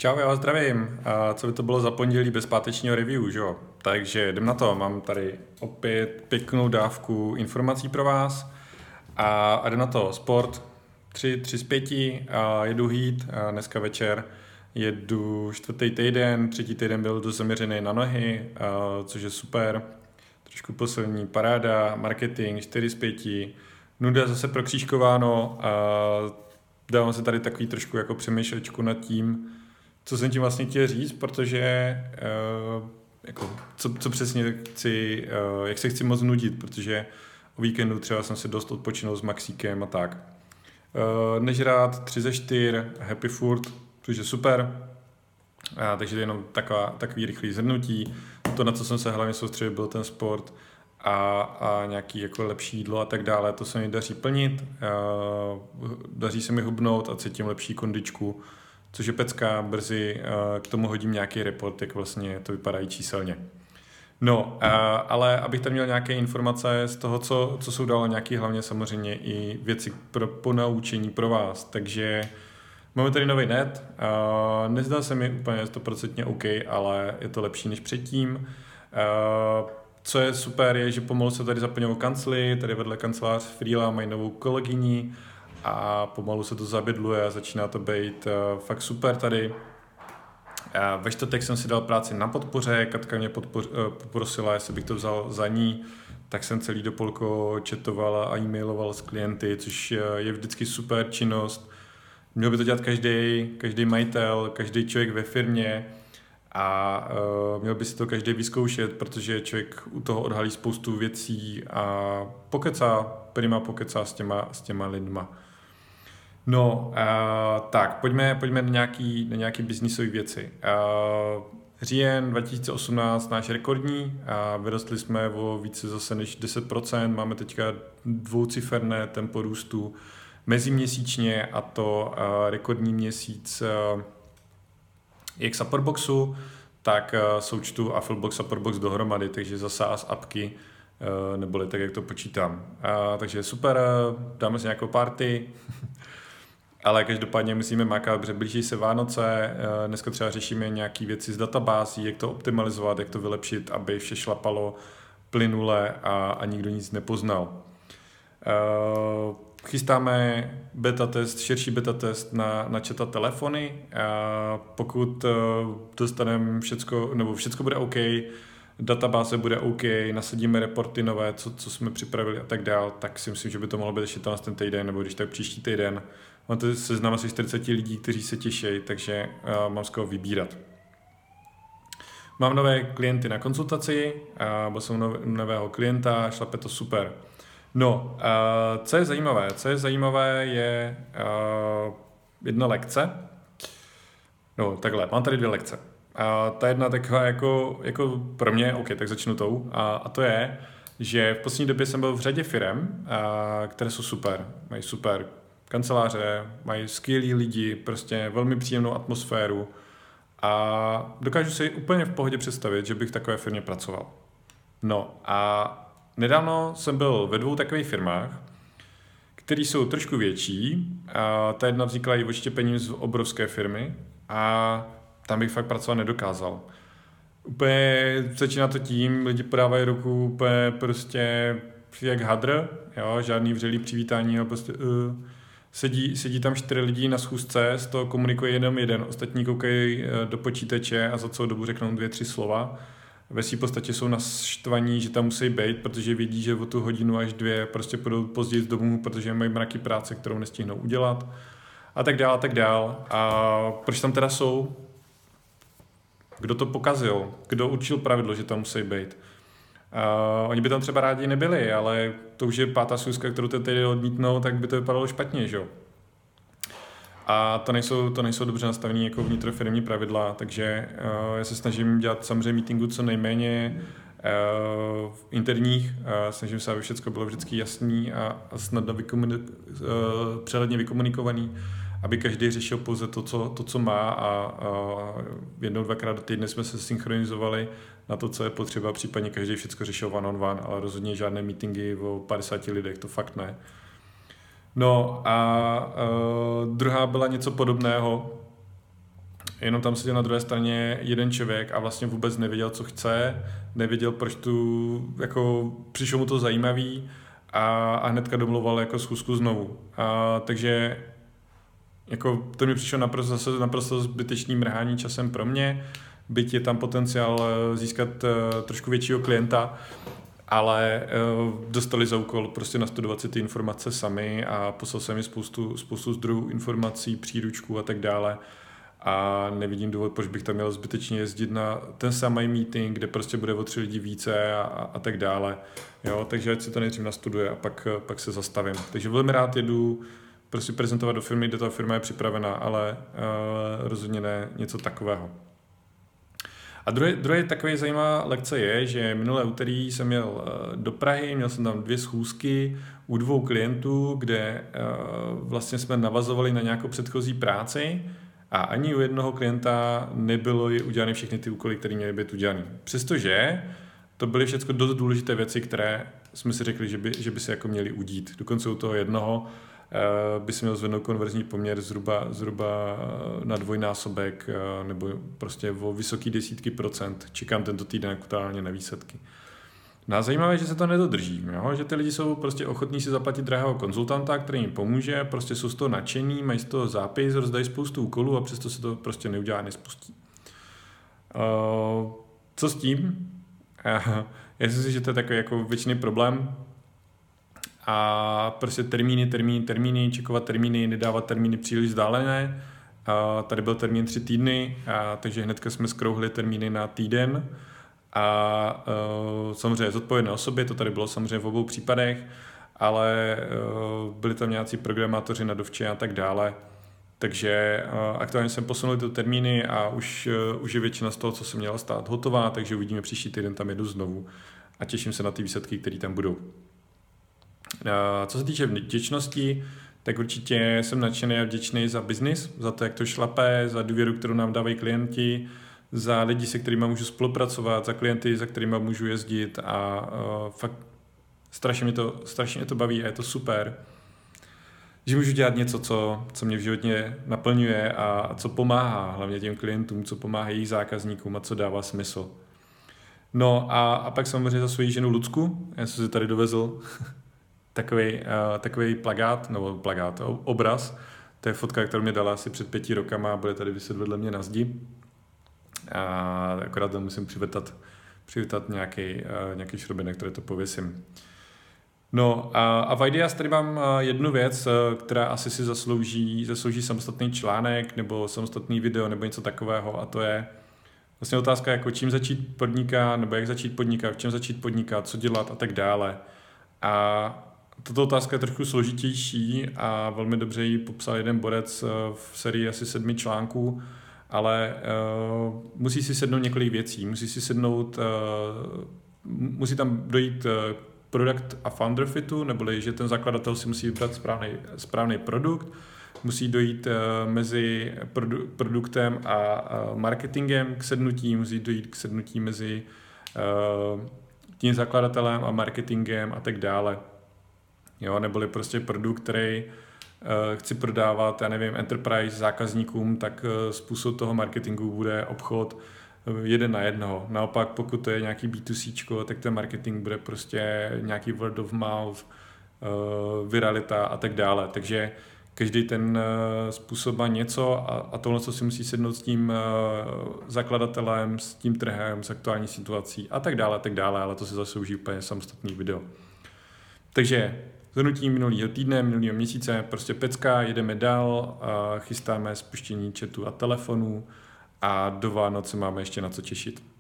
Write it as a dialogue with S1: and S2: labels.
S1: Čau, já vás zdravím. A co by to bylo za pondělí bez pátečního review, že jo? Takže jdem na to. Mám tady opět pěknou dávku informací pro vás. A jdem na to. Sport 3 z 5. A jedu Heat a dneska večer. Jedu čtvrtý týden, třetí týden byl dost zaměřený na nohy, což je super. Trošku posilní, paráda, marketing 4 z 5. Nuda zase prokřížkováno. Dávám se tady takový trošku jako přemýšlečku nad tím, co jsem tím vlastně chtěl říct, protože jako, co přesně chci, jak se chci moc nudit, protože o víkendu třeba jsem si dost odpočinul s Maxíkem a tak. Nežrát 3 ze 4, happy furt, což je super, takže jenom takový rychlý zhrnutí. To, na co jsem se hlavně soustředil, byl ten sport a nějaký jako lepší jídlo a tak dále. To se mi daří plnit, daří se mi hubnout a cítím lepší kondičku, což je pecka, brzy k tomu hodím nějaký report, jak vlastně to vypadá i číselně. No, ale abych tam měl nějaké informace z toho, co jsou dál nějaké hlavně samozřejmě i věci pro ponaučení pro vás. Takže máme tady nový net, nezdá se mi úplně 100% OK, ale je to lepší než předtím. Co je super, je, že pomalu se tady zaplňují kancly, tady vedle kancelář Freela mají novou kolegyni, a pomalu se to zabydluje a začíná to být fakt super tady. Ve čtvrtek jsem si dal práci na podpoře, Katka mě poprosila, jestli bych to vzal za ní, tak jsem celý dopoledne chatoval a e-mailoval s klienty, což je vždycky super činnost. Měl by to dělat každý majitel, každý člověk ve firmě a měl by si to každý vyzkoušet, protože člověk u toho odhalí spoustu věcí a prima pokecá s těma lidma. No, tak, pojďme na nějaký biznisové věci. Říjen 2018 náš rekordní, vyrostli jsme o více zase než 10%, máme teďka dvouciferné tempo růstu meziměsíčně a to rekordní měsíc jak Supportboxu, tak součtu a Fullbox Supportbox dohromady, takže za SaaS apky neboli tak, jak to počítám. Takže super, dáme si nějakou party, ale každopádně musíme makat, protože blíží se Vánoce, dneska třeba řešíme nějaké věci z databází, jak to optimalizovat, jak to vylepšit, aby vše šlapalo plynule a nikdo nic nepoznal. Chystáme širší beta test na chat a telefony. Pokud dostaneme všecko bude OK, databáze bude OK, nasadíme reporty nové, co jsme připravili a tak dál, tak si myslím, že by to mohlo být ještě ten týden, nebo když tak příští týden. Mám to seznam asi 40 lidí, kteří se těší, takže mám z koho vybírat. Mám nové klienty na konzultaci, byl jsem nového klienta, šlape to super. No, co je zajímavé? Co je zajímavé je jedna lekce. No, takhle, mám tady 2 lekce. Ta jedna taková jako pro mě, OK, tak začnu tou. A to je, že v poslední době jsem byl v řadě firem, které jsou super. Mají super kanceláře, mají skvělí lidi, prostě velmi příjemnou atmosféru a dokážu si úplně v pohodě představit, že bych v takové firmě pracoval. No a nedávno jsem byl ve 2 takových firmách, které jsou trošku větší. Ta jedna vznikla i odštěpením z obrovské firmy a tam bych fakt pracovat nedokázal. Úplně začíná to tím, lidi podávají ruku úplně prostě jak hadr, jo, žádný vřelý přivítání, ale prostě sedí tam 4 lidi na schůzce, z toho komunikuje jenom jeden, ostatní koukají do počítače a za celou dobu řeknou 2-3 slova. Ve své podstatě jsou naštvaní, že tam musí být, protože vědí, že o tu hodinu až 2 prostě půjdou později z domů, protože mají mraky práce, kterou nestihnou udělat a tak dál, a tak dál. A proč tam teda jsou? Kdo to pokazil? Kdo určil pravidlo, že tam musí být? Oni by tam třeba rádi nebyli, ale to už je 5. schůzka, kterou teď odmítnou, tak by to vypadalo špatně, že jo? A to nejsou dobře nastavené jako vnitrofiremní pravidla, takže já se snažím dělat samozřejmě meetingu co nejméně interních, snažím se, aby všechno bylo vždycky jasný a snadno přehledně vykomunikovaný, aby každý řešil pouze to, co má a 1-2krát do týdne jsme se synchronizovali na to, co je potřeba, případně každý všechno řešil one-on-one, ale rozhodně žádné meetingy o 50 lidech, to fakt ne. No a druhá byla něco podobného, jenom tam seděl na druhé straně jeden člověk a vlastně vůbec nevěděl, co chce, nevěděl, proč přišlo mu to zajímavý a hnedka domluval jako schůzku znovu. Takže jako to mi přišlo naprosto zbytečný mrhání časem pro mě, byť je tam potenciál získat trošku většího klienta, ale dostali za úkol prostě nastudovat si ty informace sami a poslal jsem mi spoustu zdrojů informací, příručků a tak dále a nevidím důvod, proč bych tam měl zbytečně jezdit na ten samý meeting, kde prostě bude o 3 lidi více a tak dále. Jo, takže ať si to nejdřív nastuduje a pak se zastavím. Takže velmi rád jedu prostě prezentovat do firmy, kde ta firma je připravená, ale rozhodně ne něco takového. A druhý takový zajímavá lekce je, že minulé úterý jsem jel do Prahy, měl jsem tam 2 schůzky u 2 klientů, kde vlastně jsme navazovali na nějakou předchozí práci a ani u jednoho klienta nebylo udělané všechny ty úkoly, které měly být udělané. Přestože to byly všechno dost důležité věci, které jsme si řekli, že by se jako měly udít. Dokonce u toho jednoho by se měl zvednout konverzní poměr zhruba na 2násobek nebo prostě o vysoký desítky procent. Čekám tento týden aktuálně na výsledky. No a zajímavé, že se to nedodrží, jo? Že ty lidi jsou prostě ochotní si zaplatit drahého konzultanta, který jim pomůže, prostě jsou z toho nadšení, mají z toho zápis, rozdají spoustu úkolů a přesto se to prostě neudělá, nespustí. Co s tím? Já myslím si, že to je takový jako věčný problém, a prostě termíny, čekovat termíny, nedávat termíny příliš vzdálené. Tady byl termín 3 týdny, takže hnedka jsme zkrouhli termíny na týden. A samozřejmě zodpovědné osoby, to tady bylo samozřejmě v obou případech, ale byli tam nějací programátoři na dovče a tak dále. Takže aktuálně jsem posunul ty termíny a už je většina z toho, co se měla stát, hotová, takže uvidíme příští týden, tam jedu znovu a těším se na ty výsledky, které tam budou. Co se týče vděčnosti, tak určitě jsem nadšený a vděčný za biznis, za to, jak to šlape, za důvěru, kterou nám dávají klienti, za lidi, se kterými můžu spolupracovat, za klienty, za kterými můžu jezdit a fakt strašně mě to baví a je to super, že můžu dělat něco, co mě v životě naplňuje a co pomáhá hlavně těm klientům, co pomáhá jejich zákazníkům a co dává smysl. No a pak samozřejmě za svoji ženu Lucku, já jsem si tady dovezl takový obraz, to je fotka, kterou mě dala asi před 5 rokama a bude tady viset vedle mě na zdi. A akorát tam musím přivytat nějaký šroubek, které to pověsím. No a v Ideas tady mám jednu věc, která asi si zaslouží samostatný článek nebo samostatný video nebo něco takového a to je vlastně otázka, jako čím začít podnikat nebo jak začít podnikat, v čem začít podnikat, co dělat a tak dále. A tato otázka je trochu složitější a velmi dobře ji popsal jeden borec v sérii asi 7 článků, ale musí si sednout několik věcí. Musí tam dojít product a founder fitu, neboli že ten zakladatel si musí vybrat správný produkt, musí dojít mezi produktem a marketingem k sednutí, musí dojít k sednutí mezi tím zakladatelem a marketingem a tak dále. Jo, neboli prostě produkt, který chci prodávat, enterprise zákazníkům, tak způsob toho marketingu bude obchod 1 na 1. Naopak, pokud to je nějaký B2C, tak ten marketing bude prostě nějaký word of mouth, viralita a tak dále. Takže každý ten způsob má něco a tohle, co si musí sednout s tím zakladatelem, s tím trhem, s aktuální situací a tak dále, ale to si zaslouží úplně samostatný video. Takže zhrnutí minulého týdne, minulého měsíce, prostě pecka, jedeme dál, chystáme spuštění chatu a telefonů a do Vánoce máme ještě na co těšit.